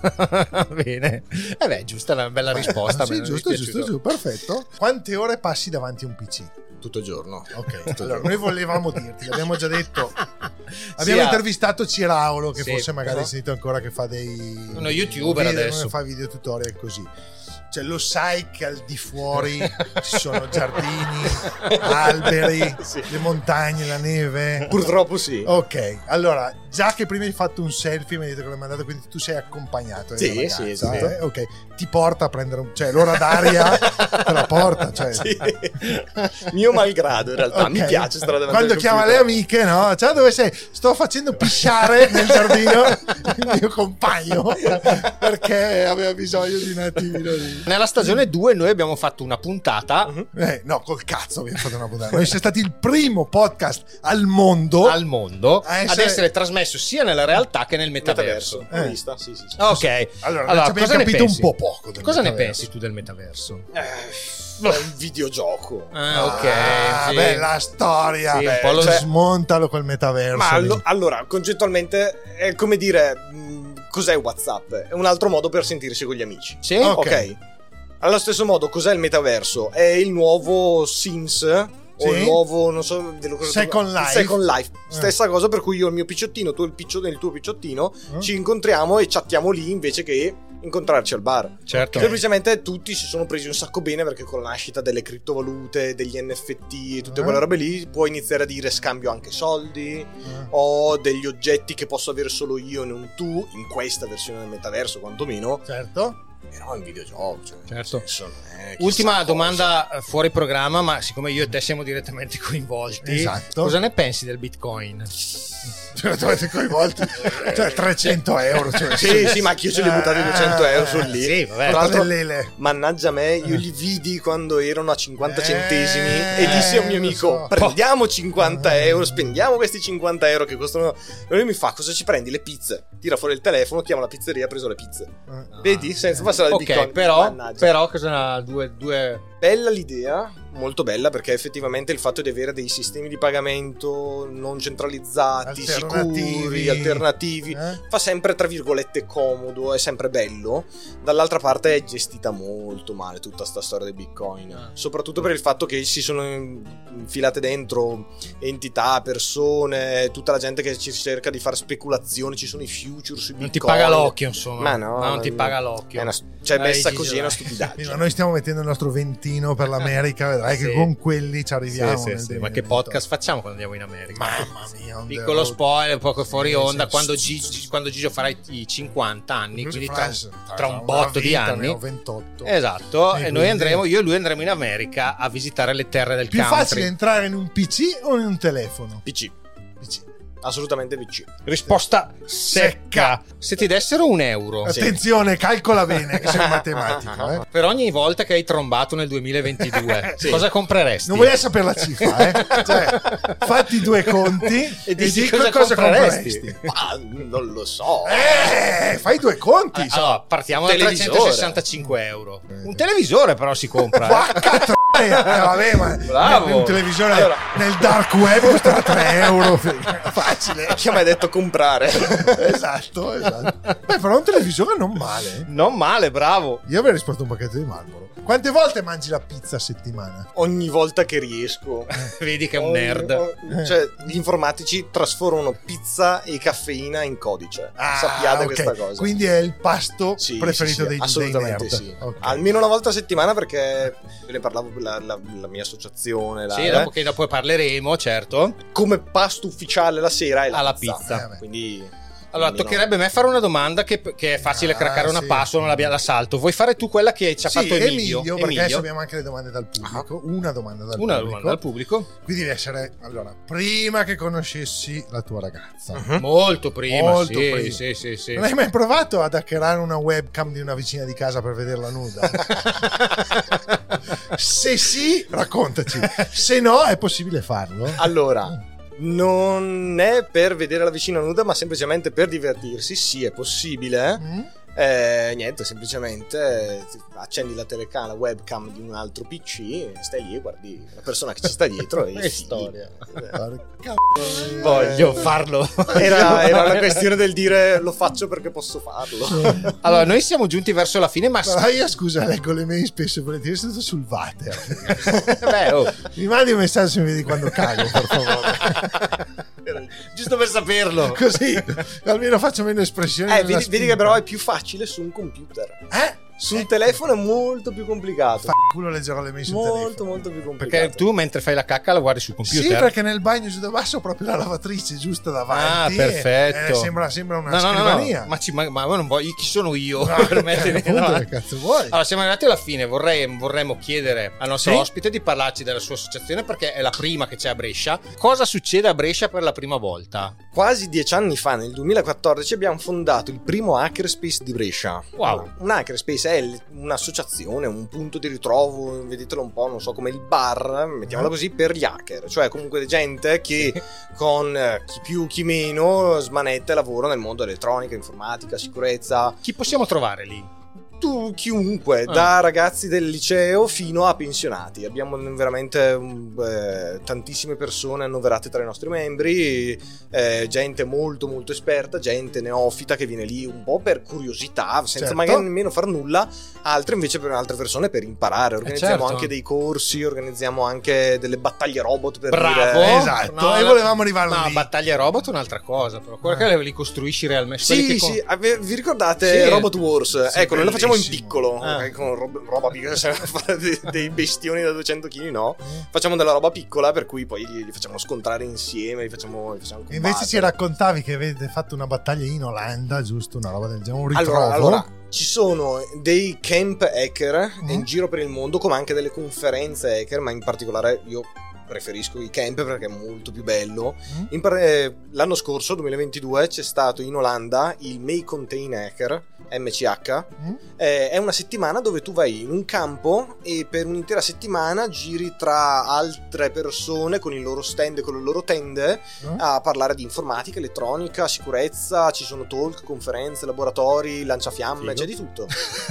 Bene. Eh beh, giusta, una bella risposta. Sì, giusto, giusto, giusto, perfetto. Quante ore passi davanti a un P C? Tutto il giorno. Ok, Tutto allora giorno. noi volevamo dirti, l'abbiamo già detto. Abbiamo Sì, intervistato Ciraulo, che sì, forse magari però... hai sentito ancora che fa dei uno youtuber video, adesso. fa video tutorial così. Cioè, lo sai che al di fuori ci sono giardini, alberi, Sì. le montagne, la neve? Purtroppo sì. Ok, allora, già che prima hai fatto un selfie, mi hai detto che l'hai mandato, quindi tu sei accompagnato. Sì, dalla ragazza, sì, sì. eh? Ok, ti porta a prendere un... cioè l'ora d'aria te la porta, cioè... Sì. Mio malgrado, in realtà, Ok. mi piace stare davanti Quando al chiama computer. le amiche, no? Ciao, dove sei? Sto facendo pisciare nel giardino il mio compagno perché aveva bisogno di un attimino di... Nella stagione due noi abbiamo fatto una puntata Eh, no, col cazzo abbiamo fatto una puntata. Noi siamo stati il primo podcast al mondo al mondo a essere- ad essere trasmesso sia nella realtà che nel metaverso. Metaverso. L'ho Eh. vista? Sì, sì, sì. Ok, Allora, allora ci abbiamo cosa ne capito un pensi? po' poco del Cosa ne metaverso. pensi tu del metaverso? Eh, è un videogioco. Ah, ok. Ah, sì. bella storia. Sì, un Beh, po' lo- cioè, smontalo col metaverso. Ma allo- lì. allora, concettualmente è come dire, mh, cos'è WhatsApp? È un altro modo per sentirsi con gli amici. Sì? Ok. Ok. Allo stesso modo, cos'è il metaverso? È il nuovo Sims o Sì. il nuovo, non so, dello- Second il Life. Second Life. Eh. Stessa cosa, per cui io e il mio picciottino, tu il, piccio, il tuo picciottino, Eh. ci incontriamo e chattiamo lì invece che incontrarci al bar. Certo. Semplicemente tutti si sono presi un sacco bene perché con la nascita delle criptovalute, degli N F T e tutte Eh. quelle robe lì puoi iniziare a dire scambio anche soldi Eh. o degli oggetti che posso avere solo io e non tu in questa versione del metaverso quantomeno. Certo. Però è un videogioco, cioè, Certo. nel senso, non è chissà Ultima cosa. domanda eh, fuori programma, ma siccome io e te siamo direttamente coinvolti, Esatto. cosa ne pensi del Bitcoin? Cioè, dovete coinvolti. Cioè, trecento euro. Cioè, Sì, sì, ma anch'io ce li ho buttati duecento euro Eh, su lì. sì, vabbè. Tra l'altro, Lele. mannaggia me, io li vidi quando erano a cinquanta Eh, centesimi e dissi a un mio lo amico: so. prendiamo cinquanta euro, spendiamo questi cinquanta euro che costano. E lui mi fa: cosa ci prendi? Le pizze. Tira fuori il telefono, chiama la pizzeria, ha preso le pizze. Eh. Vedi? Senza passare al Ok, Bitcoin. però, Mannaggia. però cosa due, due... Bella l'idea, molto bella, perché effettivamente il fatto di avere dei sistemi di pagamento non centralizzati, Alternativi. sicuri, alternativi, Eh? fa sempre tra virgolette comodo, è sempre bello. Dall'altra parte è gestita molto male tutta sta storia del Bitcoin, Ah. soprattutto per il fatto che si sono infilate dentro entità, persone, tutta la gente che ci cerca di fare speculazioni, ci sono i future sui Non Bitcoin. ti paga l'occhio, insomma. Ma no, Ma non ti no. paga l'occhio. È una, cioè Dai, messa Gigi, così è una dai. stupidaggine. Ma noi stiamo mettendo il nostro ventino per l'America, vedrai Sì. che con quelli ci arriviamo. Sì, nel sì, sì. Ma che duemilaventotto. podcast facciamo quando andiamo in America? Mamma mia, on the Piccolo road. spoiler, poco fuori Sì, onda. sì. Quando, Gigi, quando Gigio farà i- i cinquanta anni, quindi tra, Fra- tra un una botto di vita, ne anni. ho ventotto. Esatto, E e quindi- noi andremo, io e lui andremo in America a visitare le terre del Più country. facile entrare in un P C o in un telefono? P C, P C. assolutamente P C. Risposta secca. Se ti dessero un euro Attenzione, calcola bene che sei un matematico. Eh. per ogni volta che hai trombato nel duemilaventidue, Sì. cosa compreresti? Non voglio sapere la cifra, eh. Cioè, fatti due conti e, dici dici cosa cosa, compreresti. compreresti. Ma non lo so. Eh, fai due conti. Ah, allora, partiamo da Televisore. trecentosessantacinque euro. Un televisore però si compra. eh. Vacca troia. Eh, vabbè, ma Bravo. un televisore Allora. nel dark web costa tre euro. Facile. Chi mi ha detto comprare? Esatto, esatto. Beh, però un televisore non male. eh. Non male, bravo. Io avrei risposto un pacchetto di Marlboro. Quante volte mangi la pizza a settimana? Ogni volta che riesco. Vedi che è un Ogni- nerd. o- Cioè, gli informatici trasformano pizza e caffeina in codice. Sappiate Ah, ok. questa cosa. Quindi è il pasto Sì, preferito sì, sì, dei, assolutamente dei nerd. sì. Ok. Almeno una volta a settimana, perché io ne parlavo con la, la- la mia associazione. La, Sì, dopo che dopo parleremo, certo. come pasto ufficiale la sera è la Alla pizza. pizza. Eh, beh. Quindi Allora, almeno- toccherebbe a me fare una domanda che, che è facile Ah, craccare una sì. passo, non l'abbia- la salto. Vuoi fare tu quella che ci ha Sì, fatto Emilio? Emilio, perché adesso abbiamo anche le domande dal pubblico. Una domanda dal Una pubblico. domanda dal pubblico. Quindi deve essere, allora, prima che conoscessi la tua ragazza. Molto prima, Molto sì, prima. sì, sì, sì. Non hai mai provato ad hackerare una webcam di una vicina di casa per vederla nuda? Se sì, raccontaci. Se no, è possibile farlo? Allora, non è per vedere la vicina nuda, ma semplicemente per divertirsi. Sì, è possibile. Mm. Eh, niente, semplicemente eh, accendi la telecamera, la webcam di un altro P C, stai lì e guardi la persona che ci sta dietro e che storia. Eh. Voglio farlo. Era, era una questione del dire lo faccio perché posso farlo. Allora, noi siamo giunti verso la fine, ma Però io scusa, leggo le mail spesso e volentieri sono sul water. Beh, oh. Mi mandi un messaggio se mi vedi quando cago, per favore. Giusto per saperlo. Così almeno faccio meno espressioni. Eh, vedi, vedi che però è più facile su un computer. Eh? Sul eh. telefono è molto più complicato. Fa culo leggerò le mail sul molto, telefono. Molto più complicato. Perché tu mentre fai la cacca la guardi sul computer. Sì, perché nel bagno giù da basso ho proprio la lavatrice giusta davanti. Ah, perfetto. Eh, sembra, sembra una no, scrivania. No, no. Ma, ci, ma, ma non voglio, chi sono io no, per mettere appunto, che cazzo vuoi? Allora, siamo arrivati alla fine. Vorrei, vorremmo chiedere al nostro sì? ospite di parlarci della sua associazione, perché è la prima che c'è a Brescia. Cosa succede a Brescia per la prima volta? Quasi dieci anni fa, nel duemilaquattordici, abbiamo fondato il primo hackerspace di Brescia. Wow. Un hackerspace è un'associazione, un punto di ritrovo, vedetelo un po', non so, come il bar, mettiamola così, per gli hacker. Cioè comunque gente che sì. con eh, chi più chi meno smanetta e lavora nel mondo elettronica, informatica, sicurezza. Chi possiamo trovare lì? Tu, chiunque, ah. da ragazzi del liceo fino a pensionati. Abbiamo veramente eh, tantissime persone annoverate tra i nostri membri, eh, gente molto molto esperta, gente neofita che viene lì un po' per curiosità, senza certo. magari nemmeno far nulla, altre invece per altre persone per imparare. Organizziamo eh certo. anche dei corsi, organizziamo anche delle battaglie robot per Bravo. dire esatto, no, e volevamo arrivare no, lì. battaglie robot è un'altra cosa, però quella ah. che li costruisci realmente. Sì, sì, con... vi ricordate sì. Robot Wars? Sì, ecco, noi lo facciamo in piccolo, ah. okay, con roba, roba piccola, fare dei, dei bestioni da duecento chili, no? Facciamo della roba piccola, per cui poi li, li facciamo scontrare insieme, li facciamo, li facciamo invece ci raccontavi che avete fatto una battaglia in Olanda, giusto? Una roba del genere, un ritrovo. Allora, allora ci sono dei camp hacker mm. in giro per il mondo, come anche delle conferenze hacker, ma in particolare io preferisco i camp perché è molto più bello. Mm. In par- eh, l'anno scorso, duemilaventidue, c'è stato in Olanda il May Contain Hacker, M C H. Mm. Eh, è una settimana dove tu vai in un campo e per un'intera settimana giri tra altre persone con il loro stand e con le loro tende mm. a parlare di informatica, elettronica, sicurezza. Ci sono talk, conferenze, laboratori, lanciafiamme, Figo. C'è di tutto.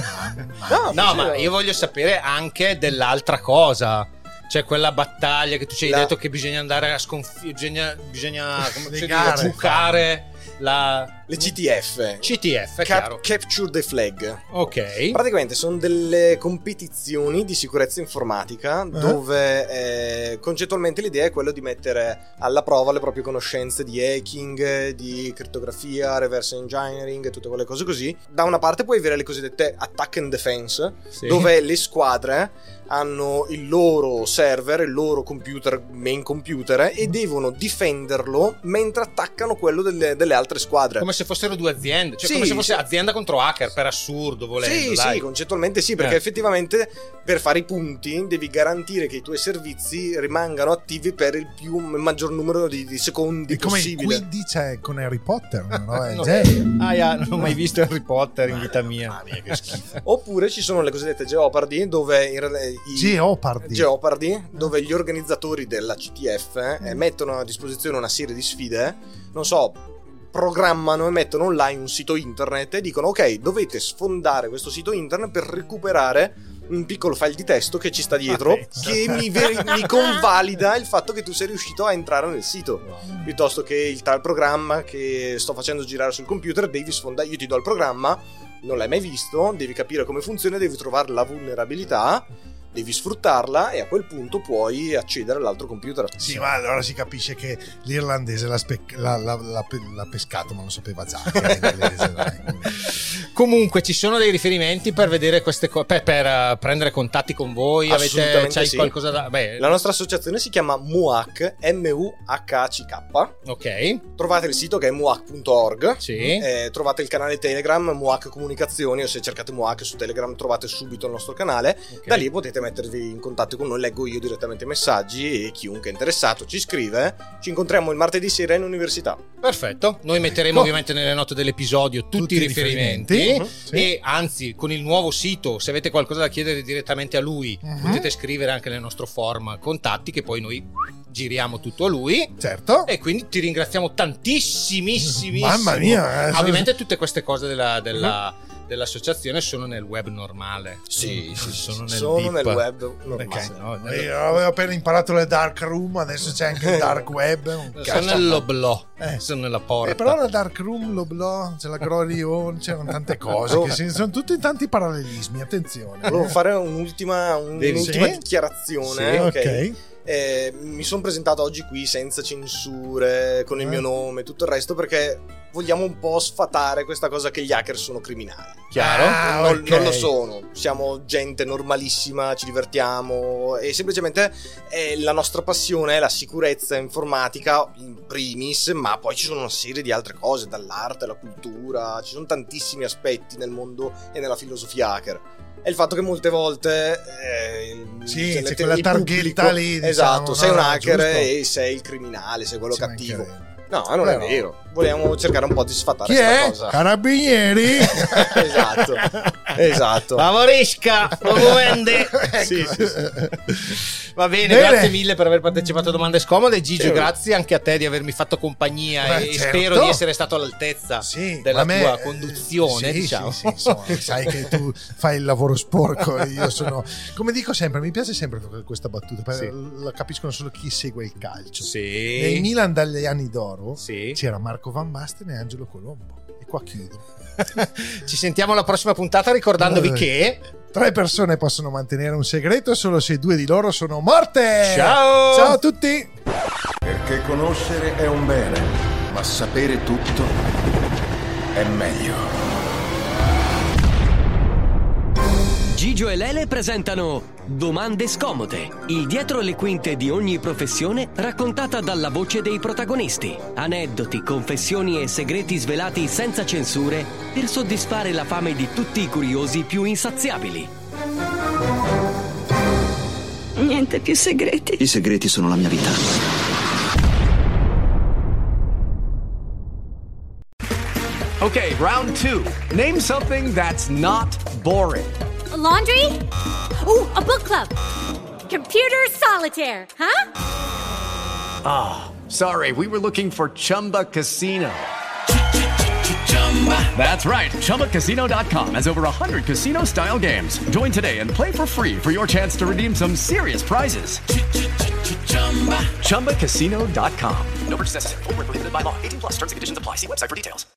no, no ma io voglio sapere anche dell'altra cosa. Cioè quella battaglia che tu ci hai la... detto che bisogna andare a sconfiggere, bisogna, bisogna come si dice, giocare la... le C T F. C T F, è Cap- chiaro. Capture the Flag. Ok. Praticamente sono delle competizioni di sicurezza informatica uh-huh. dove eh, concettualmente l'idea è quella di mettere alla prova le proprie conoscenze di hacking, di crittografia, reverse engineering e tutte quelle cose così. Da una parte puoi avere le cosiddette attack and defense, sì. dove le squadre hanno il loro server, il loro computer, main computer, e devono difenderlo mentre attaccano quello delle, delle altre squadre. Come se fossero due aziende, cioè sì, come se fosse sì. azienda contro hacker, per assurdo, volendo. Sì, dai. sì, concettualmente sì, perché eh. effettivamente per fare i punti devi garantire che i tuoi servizi rimangano attivi per il più il maggior numero di, di secondi e possibile. Come quindi c'è con Harry Potter, no? no. Ah, yeah, non ho mai visto Harry Potter in vita mia. Ah, mia che schifo. Oppure ci sono le cosiddette Jeopardy, dove in realtà i Jeopardy. Jeopardy, dove gli organizzatori della C T F eh, mettono a disposizione una serie di sfide, non so, programmano e mettono online un sito internet e dicono ok, dovete sfondare questo sito internet per recuperare un piccolo file di testo che ci sta dietro ah, che mi, veri- mi convalida il fatto che tu sei riuscito a entrare nel sito, wow. piuttosto che il tal programma che sto facendo girare sul computer devi sfondare, io ti do il programma, non l'hai mai visto, devi capire come funziona, devi trovare la vulnerabilità, devi sfruttarla e a quel punto puoi accedere all'altro computer. Sì, ma allora si capisce che l'irlandese l'ha, spe- l'ha, l'ha, l'ha, l'ha pescato, ma lo sapeva già. Comunque ci sono dei riferimenti per vedere queste cose, per, per uh, prendere contatti con voi. Avete c'hai sì. qualcosa da. Beh. La nostra associazione si chiama M U H C, M U H A C K. Ok. Trovate il sito che è muhac punto org. Sì. Eh, trovate il canale Telegram M U H Comunicazioni, o se cercate M U H su Telegram trovate subito il nostro canale. Okay. Da lì potete mettervi in contatto con noi, leggo io direttamente i messaggi e chiunque è interessato ci scrive. Ci incontriamo il martedì sera in università. Perfetto, noi metteremo ovviamente nelle note dell'episodio tutti, tutti i riferimenti, riferimenti. Uh-huh, sì. E anzi con il nuovo sito, se avete qualcosa da chiedere direttamente a lui, uh-huh. potete scrivere anche nel nostro form contatti, che poi noi giriamo tutto a lui. Certo. E quindi ti ringraziamo tantissimissimo. Mamma mia, eh, ovviamente tutte queste cose della, della uh-huh. dell'associazione sono nel web normale. Sì, sì, sono, nel, sono nel web normale. Okay, no, nel... Io avevo appena imparato le dark room, adesso c'è anche il dark web. Un sono nell'oblò, eh. sono nella porta. Eh, però la dark room, l'oblò, c'è la Glorion, c'erano tante cose. Che si, sono tutti tanti parallelismi. Attenzione. Volevo fare un'ultima, un'ultima sì? dichiarazione. Sì, ok. okay. Eh, mi sono presentato oggi qui senza censure, con il mio nome, tutto il resto, perché vogliamo un po' sfatare questa cosa che gli hacker sono criminali. Chiaro? Ah, non, okay. non lo sono. Siamo gente normalissima, ci divertiamo e semplicemente eh, la nostra passione è la sicurezza informatica in primis, ma poi ci sono una serie di altre cose, dall'arte alla cultura, ci sono tantissimi aspetti nel mondo e nella filosofia hacker. È il fatto che molte volte eh, sì, cioè, c'è te- quella targhetta lì, diciamo, esatto, sei no, un no, hacker giusto. e sei il criminale, sei quello Ci cattivo. mancherebbe. No, non Però... è vero. Vogliamo cercare un po' di sfatare Chi questa è? cosa. Carabinieri. Esatto. Esatto. Favorisca, promuovende. Sì, sì, sì. Va bene, Bene. grazie mille per aver partecipato a Domande Scomode. Gigi, Sì. grazie anche a te di avermi fatto compagnia. Beh, e certo. spero di essere stato all'altezza Sì, della a me- tua conduzione, sì, diciamo. sì, sì, insomma, sai che tu fai il lavoro sporco e io sono, come dico sempre, mi piace sempre questa battuta perché Sì. la capiscono solo chi segue il calcio. Sì. Nei Milan dagli anni d'oro Sì. c'era Marco Van Basten e Angelo Colombo. E qua chiudo. Ci sentiamo alla prossima puntata ricordandovi Eh. che Tre persone possono mantenere un segreto solo se due di loro sono morte. Ciao! Ciao a tutti! Perché conoscere è un bene, ma sapere tutto è meglio. Gigio e Lele presentano Domande Scomode, il dietro le quinte di ogni professione raccontata dalla voce dei protagonisti. Aneddoti, confessioni e segreti svelati senza censure per soddisfare la fame di tutti i curiosi più insaziabili. Niente più segreti. I segreti sono la mia vita. Okay, round two. Name something that's not boring. A laundry? Ooh, a book club. Computer solitaire, huh? Ah, oh, sorry, we were looking for Chumba Casino. That's right, Chumba Casino dot com has over one hundred casino-style games. Join today and play for free for your chance to redeem some serious prizes. Chumba Casino dot com. No purchase necessary. Void where prohibited by law. eighteen plus terms and conditions apply. See website for details.